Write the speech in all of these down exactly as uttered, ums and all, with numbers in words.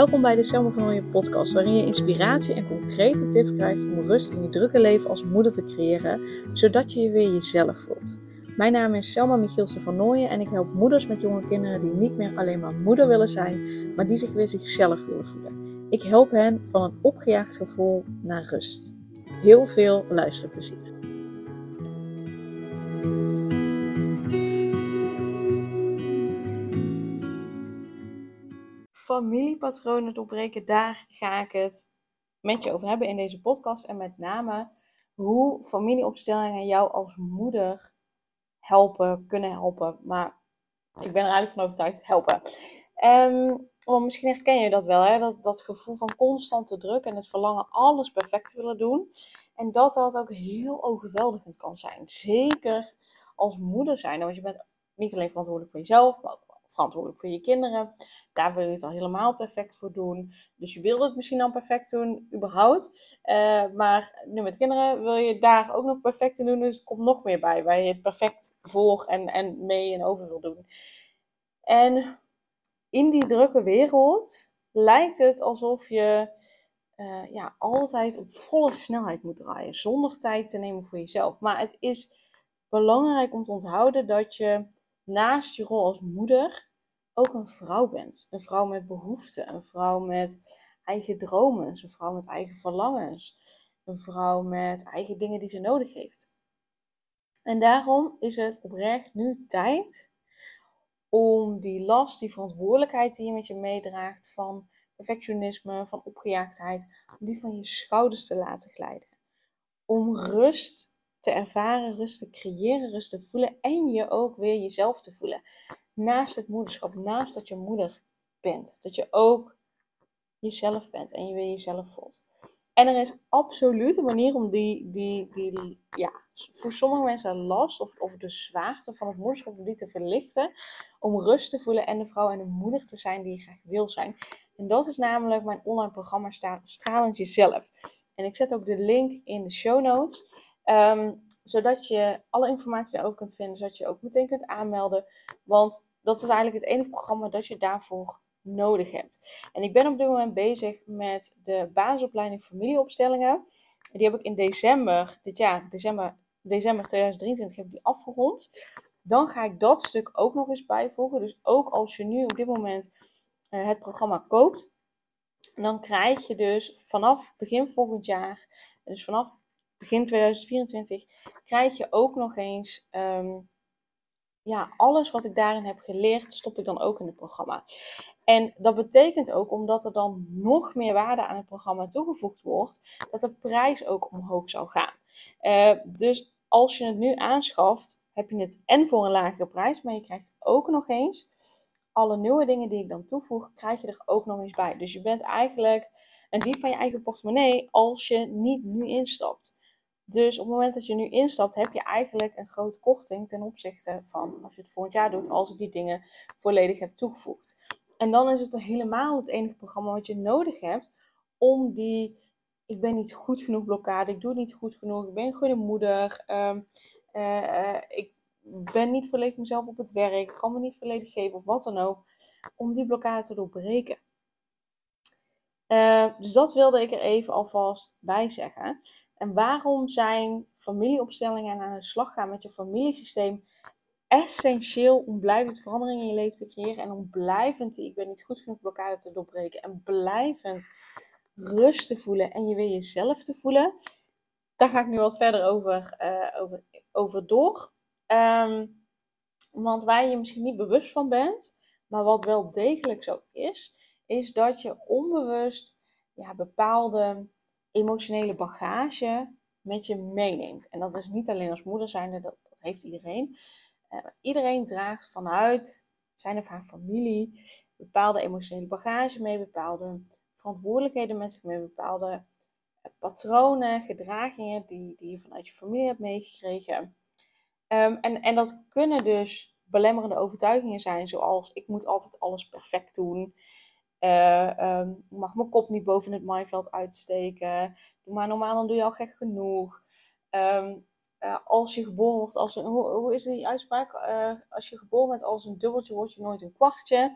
Welkom bij de Selma van Nooijen podcast, waarin je inspiratie en concrete tips krijgt om rust in je drukke leven als moeder te creëren, zodat je je weer jezelf voelt. Mijn naam is Selma Michielse van Nooijen en ik help moeders met jonge kinderen die niet meer alleen maar moeder willen zijn, maar die zich weer zichzelf willen voelen. Ik help hen van een opgejaagd gevoel naar rust. Heel veel luisterplezier. Familiepatronen doorbreken, daar ga ik het met je over hebben in deze podcast. En met name hoe familieopstellingen jou als moeder helpen, kunnen helpen. Maar ik ben er eigenlijk van overtuigd, helpen. Um, want misschien herken je dat wel, hè? Dat, dat gevoel van constante druk en het verlangen alles perfect te willen doen. En dat dat ook heel overweldigend kan zijn. Zeker als moeder zijn. Want je bent niet alleen verantwoordelijk voor jezelf, maar ook verantwoordelijk voor je kinderen. Daar wil je het al helemaal perfect voor doen. Dus je wilde het misschien dan perfect doen, überhaupt. Uh, maar nu met kinderen wil je daar ook nog perfect in doen. Dus er komt nog meer bij, waar je het perfect voor en, en mee en over wil doen. En in die drukke wereld lijkt het alsof je uh, ja, altijd op volle snelheid moet draaien. Zonder tijd te nemen voor jezelf. Maar het is belangrijk om te onthouden dat je naast je rol als moeder ook een vrouw bent. Een vrouw met behoeften. Een vrouw met eigen dromen. Een vrouw met eigen verlangens. Een vrouw met eigen dingen die ze nodig heeft. En daarom is het oprecht nu tijd om die last, die verantwoordelijkheid die je met je meedraagt van perfectionisme, van opgejaagdheid, om die van je schouders te laten glijden. Om rust te ervaren, rust te creëren, rust te voelen en je ook weer jezelf te voelen. Naast het moederschap, naast dat je moeder bent. Dat je ook jezelf bent en je weer jezelf voelt. En er is absoluut een manier om die, die, die, die ja, voor sommige mensen last of, of de zwaarte van het moederschap, om die te verlichten. Om rust te voelen en de vrouw en de moeder te zijn die je graag wil zijn. En dat is namelijk mijn online programma Stralend Jezelf. En ik zet ook de link in de show notes. Um, zodat je alle informatie daarover kunt vinden. Zodat je ook meteen kunt aanmelden. Want dat is eigenlijk het enige programma dat je daarvoor nodig hebt. En ik ben op dit moment bezig met de basisopleiding familieopstellingen. Die heb ik in december dit jaar, december, december tweeduizend drieëntwintig, heb ik die afgerond. Dan ga ik dat stuk ook nog eens bijvoegen. Dus ook als je nu op dit moment uh, het programma koopt, dan krijg je dus vanaf begin volgend jaar, dus vanaf begin tweeduizend vierentwintig, krijg je ook nog eens um, ja, alles wat ik daarin heb geleerd, stop ik dan ook in het programma. En dat betekent ook, omdat er dan nog meer waarde aan het programma toegevoegd wordt, dat de prijs ook omhoog zal gaan. Uh, dus als je het nu aanschaft, heb je het en voor een lagere prijs, maar je krijgt ook nog eens alle nieuwe dingen die ik dan toevoeg, krijg je er ook nog eens bij. Dus je bent eigenlijk een dief van je eigen portemonnee als je niet nu instapt. Dus op het moment dat je nu instapt, heb je eigenlijk een grote korting ten opzichte van als je het volgend jaar doet, als ik die dingen volledig heb toegevoegd. En dan is het er helemaal het enige programma wat je nodig hebt om die, ik ben niet goed genoeg blokkade, ik doe het niet goed genoeg, ik ben een goede moeder, um, uh, uh, ik ben niet volledig mezelf op het werk, ik kan me niet volledig geven of wat dan ook, om die blokkade te doorbreken. Uh, dus dat wilde ik er even alvast bij zeggen. En waarom zijn familieopstellingen en aan de slag gaan met je familiesysteem essentieel om blijvend verandering in je leven te creëren en om blijvend die ik ben niet goed genoeg blokkade te doorbreken en blijvend rust te voelen en je weer jezelf te voelen. Daar ga ik nu wat verder over, uh, over, over door. Um, want waar je misschien niet bewust van bent, maar wat wel degelijk zo is, is dat je onbewust ja, bepaalde emotionele bagage met je meeneemt. En dat is niet alleen als moeder zijnde, dat, dat heeft iedereen. Uh, iedereen draagt vanuit zijn of haar familie bepaalde emotionele bagage mee, bepaalde verantwoordelijkheden met zich mee, bepaalde uh, patronen, gedragingen die, die je vanuit je familie hebt meegekregen. Um, en, en dat kunnen dus belemmerende overtuigingen zijn, zoals ik moet altijd alles perfect doen. Uh, um, ik mag mijn kop niet boven het maaiveld uitsteken. Doe maar normaal, dan doe je al gek genoeg. Um, uh, als je geboren wordt als een... Hoe, hoe is die uitspraak? Uh, als je geboren bent als een dubbeltje, word je nooit een kwartje.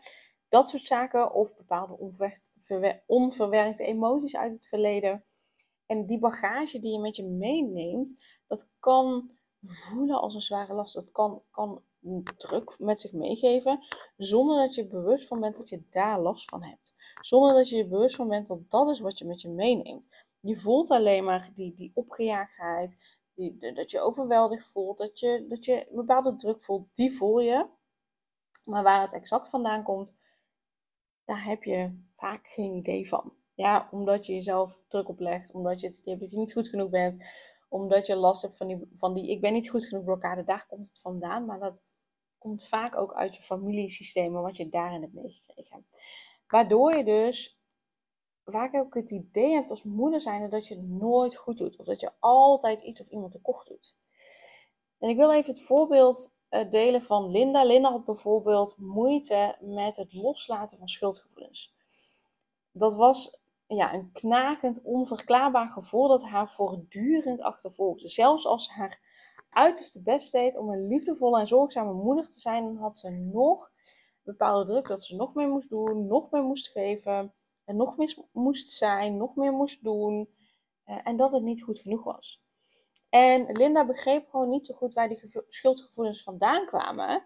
Dat soort zaken. Of bepaalde onver- onverwerkte emoties uit het verleden. En die bagage die je met je meeneemt, dat kan voelen als een zware last. Dat kan, kan druk met zich meegeven, zonder dat je bewust van bent dat je daar last van hebt. Zonder dat je er bewust van bent dat dat is wat je met je meeneemt. Je voelt alleen maar die, die opgejaagdheid, die, dat je overweldigd voelt, dat je, dat je een bepaalde druk voelt, die voel je. Maar waar het exact vandaan komt, daar heb je vaak geen idee van. Ja, omdat je jezelf druk oplegt, omdat je het idee hebt dat je niet goed genoeg bent, omdat je last hebt van die, van die ik ben niet goed genoeg blokkade, daar komt het vandaan. Maar dat komt vaak ook uit je familiesystemen, wat je daarin hebt meegekregen. Waardoor je dus vaak ook het idee hebt als moeder zijnde dat je het nooit goed doet. Of dat je altijd iets of iemand tekort doet. En ik wil even het voorbeeld uh, delen van Linda. Linda had bijvoorbeeld moeite met het loslaten van schuldgevoelens. Dat was ja, een knagend, onverklaarbaar gevoel dat haar voortdurend achtervolgde. Zelfs als ze haar uiterste best deed om een liefdevolle en zorgzame moeder te zijn, dan had ze nog bepaalde druk dat ze nog meer moest doen, nog meer moest geven, en nog meer moest zijn, nog meer moest doen, uh, en dat het niet goed genoeg was. En Linda begreep gewoon niet zo goed waar die gevo- schuldgevoelens vandaan kwamen,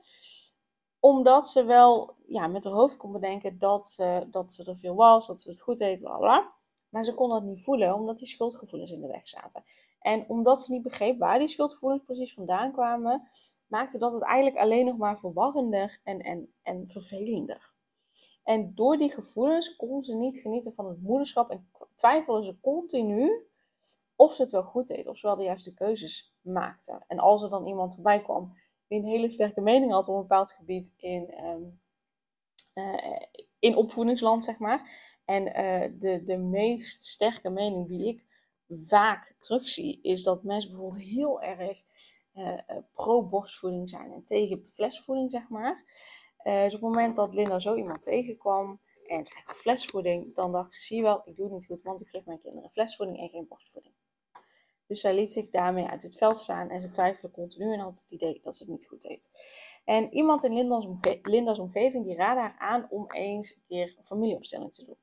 omdat ze wel ja, met haar hoofd kon bedenken dat ze, dat ze er veel was, dat ze het goed deed, bla bla. Maar ze kon dat niet voelen, omdat die schuldgevoelens in de weg zaten. En omdat ze niet begreep waar die schuldgevoelens precies vandaan kwamen, maakte dat het eigenlijk alleen nog maar verwarrender en, en, en vervelender. En door die gevoelens kon ze niet genieten van het moederschap en twijfelde ze continu of ze het wel goed deed, of ze wel de juiste keuzes maakte. En als er dan iemand voorbij kwam die een hele sterke mening had op een bepaald gebied in, um, uh, in opvoedingsland, zeg maar. En uh, de, de meest sterke mening die ik vaak terugzie, is dat mensen bijvoorbeeld heel erg uh, pro-borstvoeding zijn en tegen flesvoeding, zeg maar. Uh, dus op het moment dat Linda zo iemand tegenkwam en ze had flesvoeding, dan dacht ze, zie je wel, ik doe het niet goed, want ik geef mijn kinderen flesvoeding en geen borstvoeding. Dus zij liet zich daarmee uit het veld staan en ze twijfelde continu en had het idee dat ze het niet goed deed. En iemand in Linda's, omge- Linda's omgeving die raadde haar aan om eens een keer een familieopstelling te doen.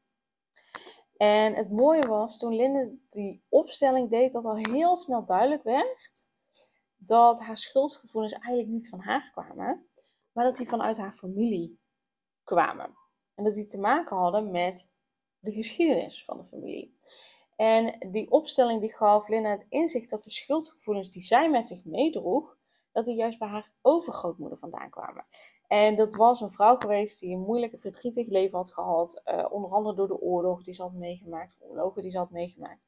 En het mooie was, toen Linda die opstelling deed, dat al heel snel duidelijk werd dat haar schuldgevoelens eigenlijk niet van haar kwamen, maar dat die vanuit haar familie kwamen. En dat die te maken hadden met de geschiedenis van de familie. En die opstelling die gaf Linda het inzicht dat de schuldgevoelens die zij met zich meedroeg, dat die juist bij haar overgrootmoeder vandaan kwamen. En dat was een vrouw geweest die een moeilijk en verdrietig leven had gehad. Uh, onder andere door de oorlog die ze had meegemaakt, oorlogen die ze had meegemaakt.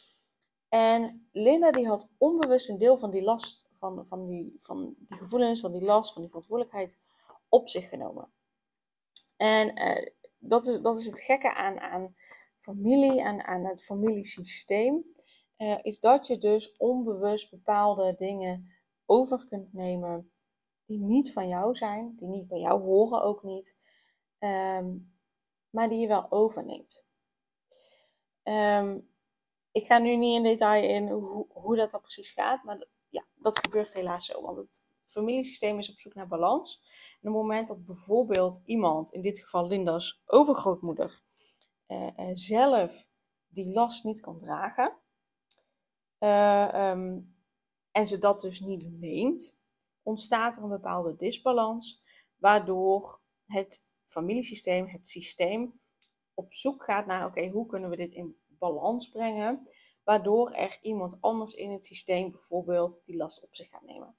En Linda die had onbewust een deel van die last, van, van, die, van die gevoelens, van die last, van die verantwoordelijkheid op zich genomen. En uh, dat, is, dat is het gekke aan, aan familie, aan, aan het familiesysteem, uh, is dat je dus onbewust bepaalde dingen over kunt nemen die niet van jou zijn, die niet bij jou horen ook niet, um, maar die je wel overneemt. Um, ik ga nu niet in detail in hoe, hoe dat dan precies gaat, maar ja, dat gebeurt helaas zo, want het familiesysteem is op zoek naar balans. En op het moment dat bijvoorbeeld iemand, in dit geval Linda's overgrootmoeder, uh, uh, zelf die last niet kan dragen, uh, um, en ze dat dus niet neemt, ontstaat er een bepaalde disbalans, waardoor het familiesysteem, het systeem, op zoek gaat naar, oké, okay, hoe kunnen we dit in balans brengen, waardoor er iemand anders in het systeem bijvoorbeeld die last op zich gaat nemen.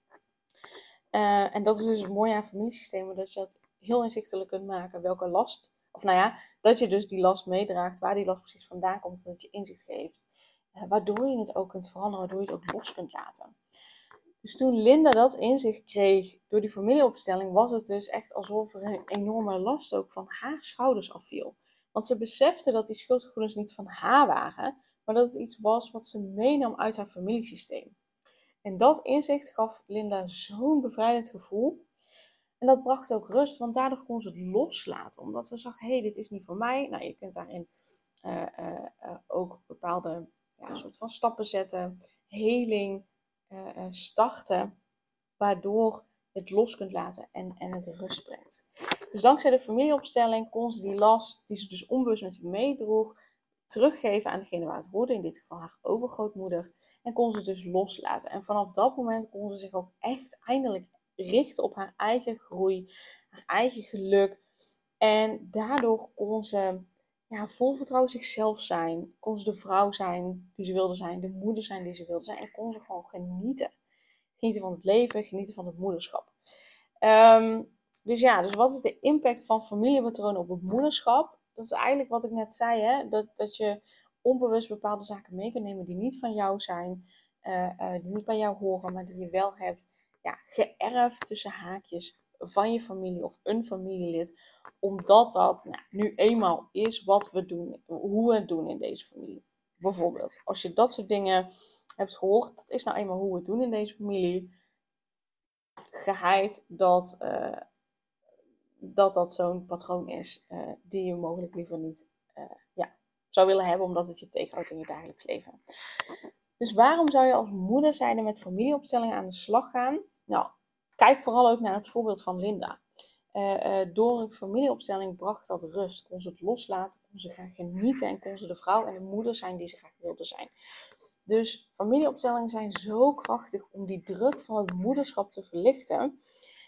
Uh, en dat is dus het mooie aan familiesystemen, dat je dat heel inzichtelijk kunt maken, welke last, of nou ja, dat je dus die last meedraagt, waar die last precies vandaan komt, en dat je inzicht geeft, uh, waardoor je het ook kunt veranderen, waardoor je het ook los kunt laten. Dus toen Linda dat inzicht kreeg door die familieopstelling, was het dus echt alsof er een enorme last ook van haar schouders afviel. Want ze besefte dat die schuldgevoelens niet van haar waren, maar dat het iets was wat ze meenam uit haar familiesysteem. En dat inzicht gaf Linda zo'n bevrijdend gevoel. En dat bracht ook rust, want daardoor kon ze het loslaten. Omdat ze zag, hé, hey, dit is niet voor mij. Nou, je kunt daarin uh, uh, uh, ook bepaalde ja, soort van stappen zetten. Heling uh, uh, starten. Waardoor het los kunt laten en, en het rust brengt. Dus dankzij de familieopstelling kon ze die last, die ze dus onbewust met zich meedroeg, teruggeven aan degene waar het hoorde, in dit geval haar overgrootmoeder. En kon ze dus loslaten. En vanaf dat moment kon ze zich ook echt eindelijk richten op haar eigen groei, haar eigen geluk. En daardoor kon ze ja, vol vertrouwen zichzelf zijn. Kon ze de vrouw zijn die ze wilde zijn, de moeder zijn die ze wilde zijn. En kon ze gewoon genieten. Genieten van het leven, genieten van het moederschap. Um, dus ja, dus wat is de impact van familiepatronen op het moederschap? Dat is eigenlijk wat ik net zei, hè? Dat, dat je onbewust bepaalde zaken mee kunt nemen die niet van jou zijn, uh, uh, die niet bij jou horen, maar die je wel hebt ja, geërfd tussen haakjes van je familie of een familielid, omdat dat nou, nu eenmaal is wat we doen, hoe we het doen in deze familie. Bijvoorbeeld, als je dat soort dingen hebt gehoord, dat is nou eenmaal hoe we het doen in deze familie, geheid dat, uh, dat dat zo'n patroon is uh, die je mogelijk liever niet uh, ja, zou willen hebben, omdat het je tegenhoudt in je dagelijks leven. Dus waarom zou je als moeder zijnde met familieopstellingen aan de slag gaan? Nou, kijk vooral ook naar het voorbeeld van Linda. Uh, uh, door een familieopstelling bracht dat rust. Kon ze het loslaten, kon ze gaan genieten en kon ze de vrouw en de moeder zijn die ze graag wilde zijn. Dus familieopstellingen zijn zo krachtig om die druk van het moederschap te verlichten.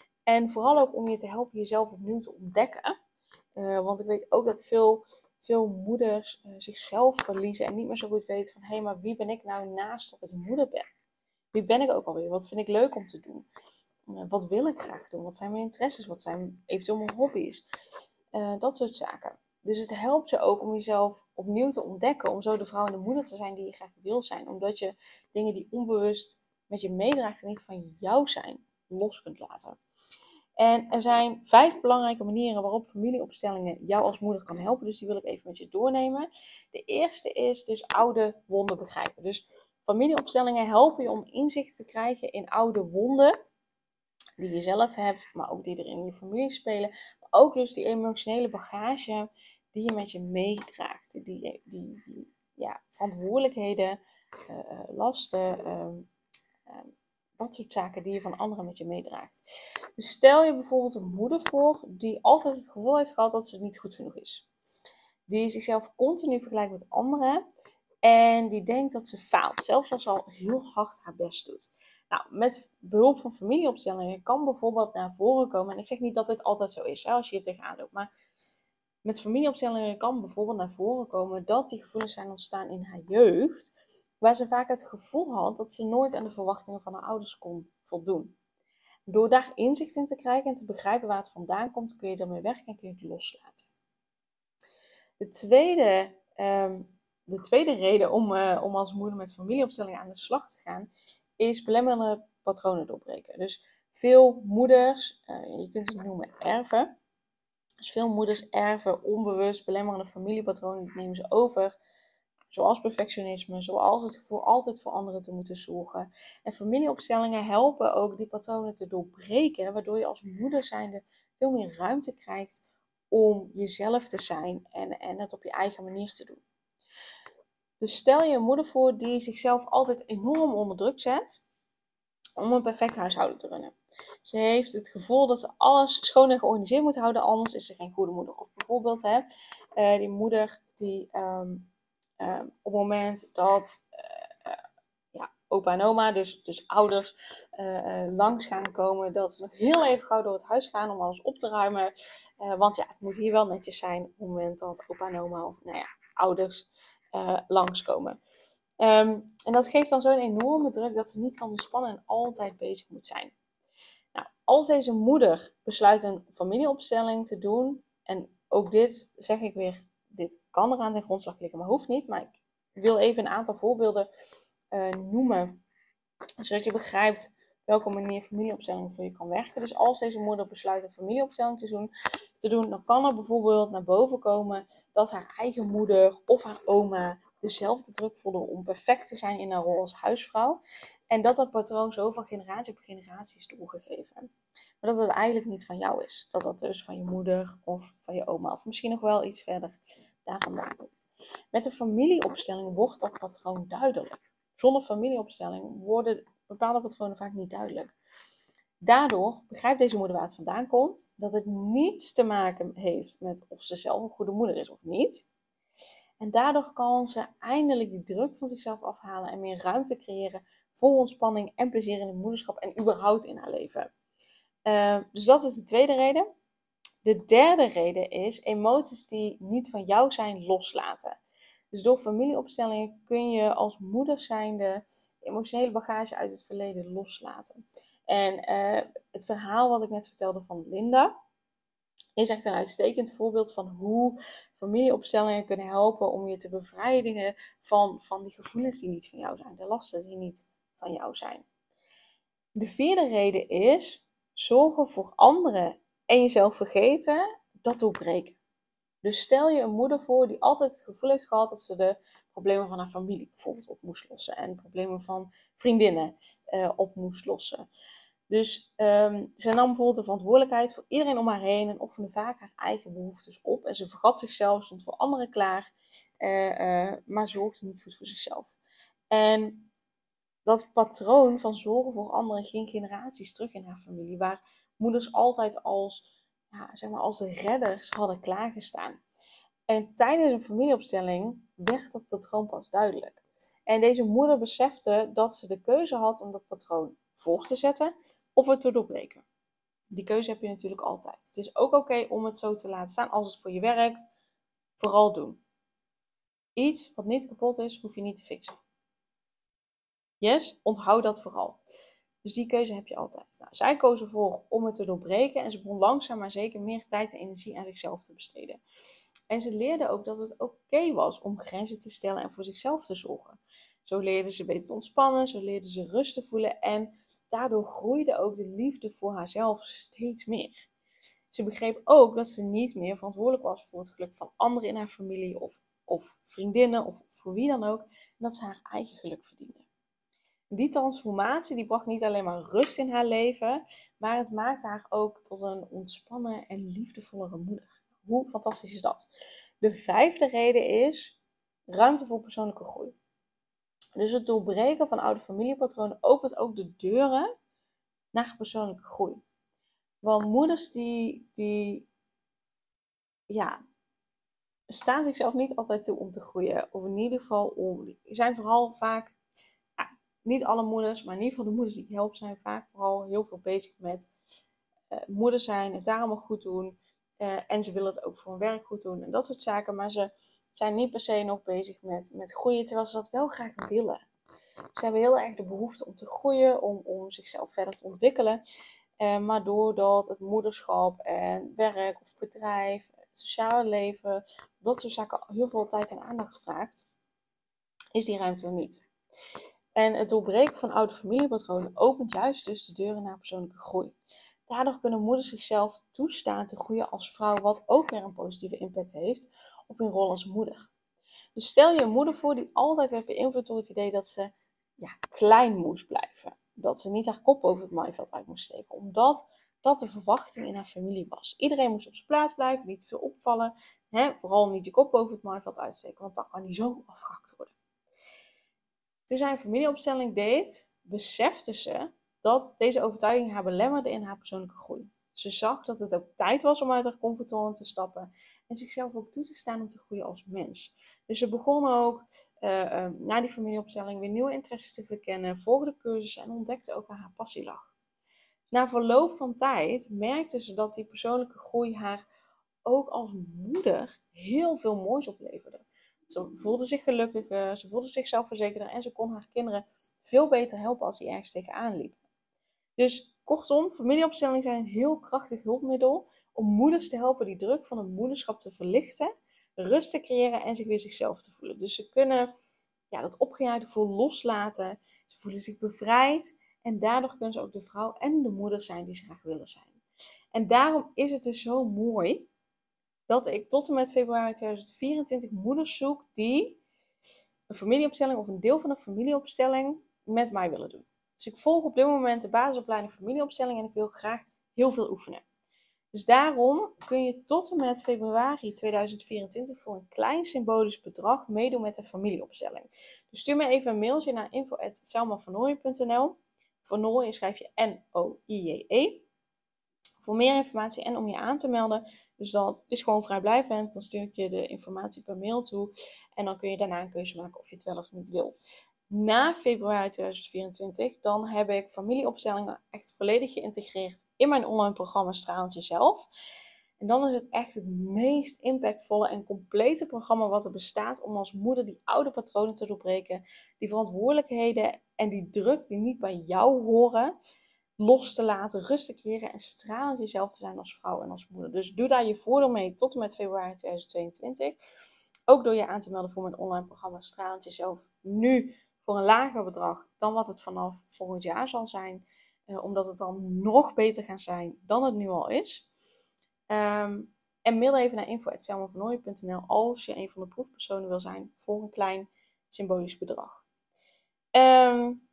En vooral ook om je te helpen jezelf opnieuw te ontdekken. Uh, want ik weet ook dat veel, veel moeders uh, zichzelf verliezen en niet meer zo goed weten van hé, hey, maar wie ben ik nou naast dat ik moeder ben? Wie ben ik ook alweer? Wat vind ik leuk om te doen? Uh, wat wil ik graag doen? Wat zijn mijn interesses? Wat zijn eventueel mijn hobby's? Uh, dat soort zaken. Dus het helpt je ook om jezelf opnieuw te ontdekken. Om zo de vrouw en de moeder te zijn die je graag wil zijn. Omdat je dingen die onbewust met je meedraagt en niet van jou zijn, los kunt laten. En er zijn vijf belangrijke manieren waarop familieopstellingen jou als moeder kan helpen. Dus die wil ik even met je doornemen. De eerste is dus oude wonden begrijpen. Dus familieopstellingen helpen je om inzicht te krijgen in oude wonden die je zelf hebt, maar ook die er in je familie spelen. Maar ook dus die emotionele bagage die je met je meedraagt. Die, die, die ja, verantwoordelijkheden, uh, lasten, uh, uh, dat soort zaken die je van anderen met je meedraagt. Dus stel je bijvoorbeeld een moeder voor die altijd het gevoel heeft gehad dat ze niet goed genoeg is. Die zichzelf continu vergelijkt met anderen en die denkt dat ze faalt. Zelfs als ze al heel hard haar best doet. Nou, met behulp van familieopstellingen kan bijvoorbeeld naar voren komen, en ik zeg niet dat dit altijd zo is, hè, als je hier tegenaan loopt, maar met familieopstellingen kan bijvoorbeeld naar voren komen dat die gevoelens zijn ontstaan in haar jeugd, waar ze vaak het gevoel had dat ze nooit aan de verwachtingen van haar ouders kon voldoen. Door daar inzicht in te krijgen en te begrijpen waar het vandaan komt, kun je ermee werken en kun je het loslaten. De tweede, um, de tweede reden om, uh, om als moeder met familieopstellingen aan de slag te gaan, is belemmerende patronen doorbreken. Dus veel moeders, uh, je kunt het noemen erven. Dus veel moeders erven onbewust belemmerende familiepatronen, die nemen ze over. Zoals perfectionisme, zoals het gevoel altijd voor anderen te moeten zorgen. En familieopstellingen helpen ook die patronen te doorbreken, waardoor je als moeder zijnde veel meer ruimte krijgt om jezelf te zijn en, en het op je eigen manier te doen. Dus stel je een moeder voor die zichzelf altijd enorm onder druk zet om een perfect huishouden te runnen. Ze heeft het gevoel dat ze alles schoon en georganiseerd moet houden, anders is ze geen goede moeder. Of bijvoorbeeld hè, uh, die moeder die um, uh, op het moment dat uh, uh, ja, opa en oma, dus, dus ouders, uh, uh, langs gaan komen, dat ze nog heel even gauw door het huis gaan om alles op te ruimen. Uh, want ja, het moet hier wel netjes zijn op het moment dat opa en oma of nou ja, ouders uh, langskomen. Um, en dat geeft dan zo'n enorme druk dat ze niet kan ontspannen en altijd bezig moet zijn. Nou, als deze moeder besluit een familieopstelling te doen, en ook dit zeg ik weer, dit kan eraan ten grondslag liggen, maar hoeft niet. Maar ik wil even een aantal voorbeelden uh, noemen, zodat je begrijpt welke manier familieopstelling voor je kan werken. Dus als deze moeder besluit een familieopstelling te doen, te doen, dan kan er bijvoorbeeld naar boven komen dat haar eigen moeder of haar oma dezelfde druk voelde om perfect te zijn in haar rol als huisvrouw. En dat dat patroon zo van generatie op generatie is doorgegeven. Maar dat het eigenlijk niet van jou is. Dat dat dus van je moeder of van je oma of misschien nog wel iets verder daar vandaan komt. Met een familieopstelling wordt dat patroon duidelijk. Zonder familieopstelling worden bepaalde patronen vaak niet duidelijk. Daardoor begrijpt deze moeder waar het vandaan komt. Dat het niets te maken heeft met of ze zelf een goede moeder is of niet. En daardoor kan ze eindelijk die druk van zichzelf afhalen en meer ruimte creëren voor ontspanning en plezier in het moederschap en überhaupt in haar leven. Uh, dus dat is de tweede reden. De derde reden is emoties die niet van jou zijn loslaten. Dus door familieopstellingen kun je als moeder zijnde emotionele bagage uit het verleden loslaten. En uh, het verhaal wat ik net vertelde van Linda is echt een uitstekend voorbeeld van hoe familieopstellingen kunnen helpen om je te bevrijdigen van, van die gevoelens die niet van jou zijn, de lasten die niet van jou zijn. De vierde reden is zorgen voor anderen en jezelf vergeten, dat doorbreken. Dus stel je een moeder voor die altijd het gevoel heeft gehad dat ze de problemen van haar familie bijvoorbeeld op moest lossen. En problemen van vriendinnen uh, op moest lossen. Dus um, ze nam bijvoorbeeld de verantwoordelijkheid voor iedereen om haar heen en offerde vaak haar eigen behoeftes op. En ze vergat zichzelf, stond voor anderen klaar, uh, uh, maar zorgde niet goed voor zichzelf. En dat patroon van zorgen voor anderen ging generaties terug in haar familie, waar moeders altijd als, ja, zeg maar als de redders hadden klaargestaan. En tijdens een familieopstelling werd dat patroon pas duidelijk. En deze moeder besefte dat ze de keuze had om dat patroon voor te zetten of het te doorbreken. Die keuze heb je natuurlijk altijd. Het is ook oké om het zo te laten staan als het voor je werkt. Vooral doen. Iets wat niet kapot is, hoef je niet te fixen. Yes, onthoud dat vooral. Dus die keuze heb je altijd. Nou, zij koos ervoor om het te doorbreken en ze begon langzaam maar zeker meer tijd en energie aan zichzelf te besteden. En ze leerde ook dat het oké was om grenzen te stellen en voor zichzelf te zorgen. Zo leerde ze beter te ontspannen, zo leerde ze rust te voelen en daardoor groeide ook de liefde voor haarzelf steeds meer. Ze begreep ook dat ze niet meer verantwoordelijk was voor het geluk van anderen in haar familie of, of vriendinnen of voor wie dan ook. En dat ze haar eigen geluk verdiende. Die transformatie die bracht niet alleen maar rust in haar leven, maar het maakte haar ook tot een ontspannen en liefdevollere moeder. Hoe fantastisch is dat? De vijfde reden is ruimte voor persoonlijke groei. Dus het doorbreken van oude familiepatronen opent ook de deuren naar persoonlijke groei. Want moeders die, die ja, staan zichzelf niet altijd toe om te groeien. Of in ieder geval om, die zijn vooral vaak, ja, niet alle moeders, maar in ieder geval de moeders die ik help zijn vaak vooral heel veel bezig met uh, moeder zijn, het daar allemaal goed doen. Uh, en ze willen het ook voor hun werk goed doen en dat soort zaken. Maar ze zijn niet per se nog bezig met, met groeien, terwijl ze dat wel graag willen. Ze hebben heel erg de behoefte om te groeien, om, om zichzelf verder te ontwikkelen. Uh, maar doordat het moederschap en werk of bedrijf, het sociale leven, dat soort zaken heel veel tijd en aandacht vraagt, is die ruimte er niet. En het doorbreken van oude familiepatronen opent juist dus de deuren naar persoonlijke groei. Daardoor kunnen moeders zichzelf toestaan te groeien als vrouw, wat ook weer een positieve impact heeft op hun rol als moeder. Dus stel je een moeder voor die altijd werd beïnvloed door het idee dat ze ja, klein moest blijven. Dat ze niet haar kop over het maaiveld uit moest steken. Omdat dat de verwachting in haar familie was. Iedereen moest op zijn plaats blijven, niet te veel opvallen. Hè? Vooral niet je kop over het maaiveld uitsteken, want dan kan die zo afgehakt worden. Toen zij een familieopstelling deed, besefte ze dat deze overtuiging haar belemmerde in haar persoonlijke groei. Ze zag dat het ook tijd was om uit haar comfortzone te stappen en zichzelf ook toe te staan om te groeien als mens. Dus ze begon ook uh, uh, na die familieopstelling weer nieuwe interesses te verkennen, volgde cursussen en ontdekte ook waar haar passie lag. Na verloop van tijd merkte ze dat die persoonlijke groei haar ook als moeder heel veel moois opleverde. Ze voelde zich gelukkiger, ze voelde zich zelfverzekerder en ze kon haar kinderen veel beter helpen als die ergens tegenaan liepen. Dus kortom, familieopstellingen zijn een heel krachtig hulpmiddel om moeders te helpen die druk van het moederschap te verlichten, rust te creëren en zich weer zichzelf te voelen. Dus ze kunnen ja, dat opgejaagde gevoel loslaten, ze voelen zich bevrijd en daardoor kunnen ze ook de vrouw en de moeder zijn die ze graag willen zijn. En daarom is het dus zo mooi dat ik tot en met februari tweeduizend vierentwintig moeders zoek die een familieopstelling of een deel van een familieopstelling met mij willen doen. Dus ik volg op dit moment de basisopleiding familieopstelling en ik wil graag heel veel oefenen. Dus daarom kun je tot en met februari tweeduizend vierentwintig voor een klein symbolisch bedrag meedoen met een familieopstelling. Dus stuur me even een mailtje naar info at selma van nooijen punt n l. Vernooijen schrijf je N O I J E. Voor meer informatie en om je aan te melden. Dus dat is gewoon vrijblijvend. Dan stuur ik je de informatie per mail toe. En dan kun je daarna een keuze maken of je het wel of niet wil. Na februari tweeduizend vierentwintig, dan heb ik familieopstellingen echt volledig geïntegreerd in mijn online programma Stralend Jezelf. En dan is het echt het meest impactvolle en complete programma wat er bestaat om als moeder die oude patronen te doorbreken, die verantwoordelijkheden en die druk die niet bij jou horen, los te laten, rust te creëren en stralend jezelf te zijn als vrouw en als moeder. Dus doe daar je voordeel mee tot en met februari tweeduizend tweeëntwintig. Ook door je aan te melden voor mijn online programma Stralend Jezelf nu voor een lager bedrag dan wat het vanaf volgend jaar zal zijn. Uh, omdat het dan nog beter gaat zijn dan het nu al is. Um, en mail even naar info at selmavernooijen punt n l als je een van de proefpersonen wil zijn voor een klein symbolisch bedrag. Um,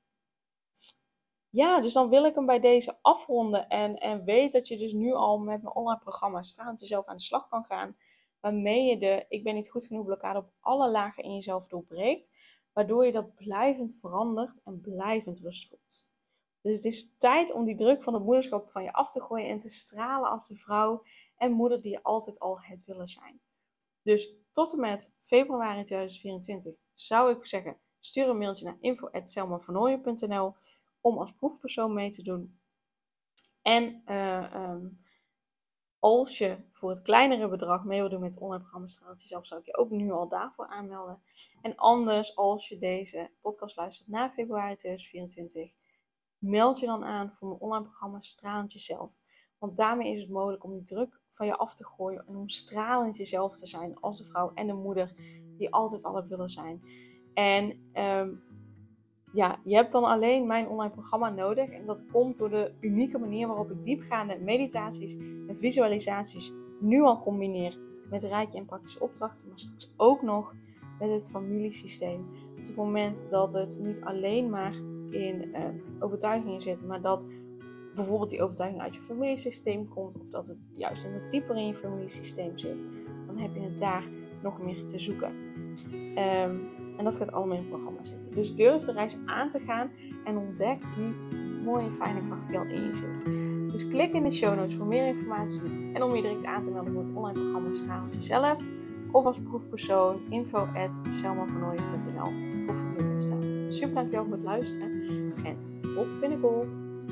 ja, dus dan wil ik hem bij deze afronden. En, en weet dat je dus nu al met mijn online programma Stralend Jezelf aan de slag kan gaan. Waarmee je de ik ben niet goed genoeg blokkade op alle lagen in jezelf doorbreekt. Waardoor je dat blijvend verandert en blijvend rust voelt. Dus het is tijd om die druk van het moederschap van je af te gooien en te stralen als de vrouw en moeder die je altijd al hebt willen zijn. Dus tot en met februari tweeduizend vierentwintig zou ik zeggen, stuur een mailtje naar info at selmavernooijen punt n l om als proefpersoon mee te doen. En uh, um, als je voor het kleinere bedrag mee wil doen met het online programma Stralend Jezelf, zou ik je ook nu al daarvoor aanmelden. En anders, als je deze podcast luistert na februari tweeduizend vierentwintig, meld je dan aan voor mijn online programma Stralend Jezelf. Want daarmee is het mogelijk om die druk van je af te gooien en om stralend jezelf te zijn als de vrouw en de moeder die altijd al willen zijn. En um, ja, je hebt dan alleen mijn online programma nodig. En dat komt door de unieke manier waarop ik diepgaande meditaties en visualisaties nu al combineer met rijke en praktische opdrachten. Maar straks ook nog met het familiesysteem. Op het moment dat het niet alleen maar in uh, overtuigingen zit, maar dat bijvoorbeeld die overtuiging uit je familiesysteem komt, of dat het juist nog dieper in je familiesysteem zit, dan heb je het daar nog meer te zoeken. Um, en dat gaat allemaal in het programma zitten. Dus durf de reis aan te gaan en ontdek die mooie, fijne kracht die al in je zit. Dus klik in de show notes voor meer informatie en om je direct aan te melden voor het online programma Stralend Jezelf. Of als proefpersoon info at selmavernooijen punt n l voor familieopstelling. Super dankjewel voor het luisteren en tot binnenkort.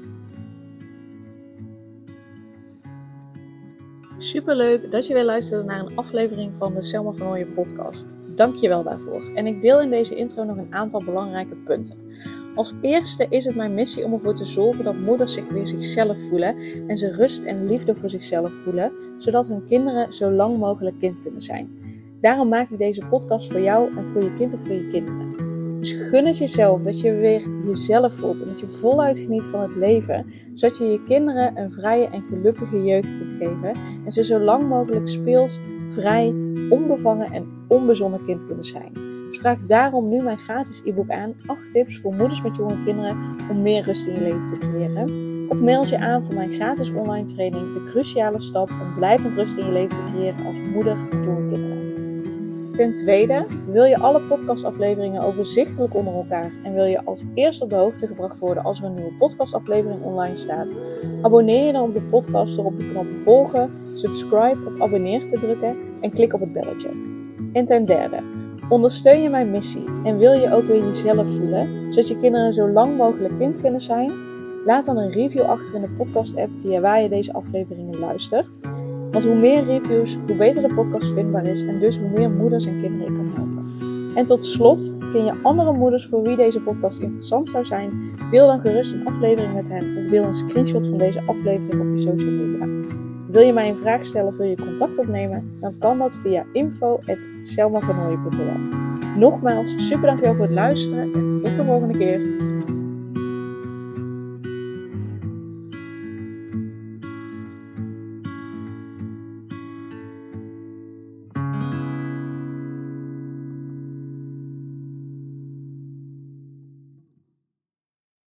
Superleuk dat je weer luisterde naar een aflevering van de Selma Vernooijen podcast. Dank je wel daarvoor. En ik deel in deze intro nog een aantal belangrijke punten. Als eerste is het mijn missie om ervoor te zorgen dat moeders zich weer zichzelf voelen en ze rust en liefde voor zichzelf voelen, zodat hun kinderen zo lang mogelijk kind kunnen zijn. Daarom maak ik deze podcast voor jou en voor je kind of voor je kinderen. Dus gun het jezelf dat je weer jezelf voelt en dat je voluit geniet van het leven, zodat je je kinderen een vrije en gelukkige jeugd kunt geven en ze zo lang mogelijk speels, vrij, onbevangen en onbezonnen kind kunnen zijn. Dus vraag daarom nu mijn gratis e-book aan, acht tips voor moeders met jonge kinderen om meer rust in je leven te creëren. Of meld je aan voor mijn gratis online training, de cruciale stap om blijvend rust in je leven te creëren als moeder met jonge kinderen. Ten tweede, wil je alle podcastafleveringen overzichtelijk onder elkaar en wil je als eerste op de hoogte gebracht worden als er een nieuwe podcastaflevering online staat? Abonneer je dan op de podcast door op de knop volgen, subscribe of abonneer te drukken en klik op het belletje. En ten derde, ondersteun je mijn missie en wil je ook weer jezelf voelen, zodat je kinderen zo lang mogelijk kind kunnen zijn? Laat dan een review achter in de podcast app via waar je deze afleveringen luistert. Want hoe meer reviews, hoe beter de podcast vindbaar is en dus hoe meer moeders en kinderen ik kan helpen. En tot slot, ken je andere moeders voor wie deze podcast interessant zou zijn? Deel dan gerust een aflevering met hen of deel een screenshot van deze aflevering op je social media. Wil je mij een vraag stellen of wil je contact opnemen? Dan kan dat via info at selmavernooijen punt n l. Nogmaals, super dankjewel voor het luisteren en tot de volgende keer.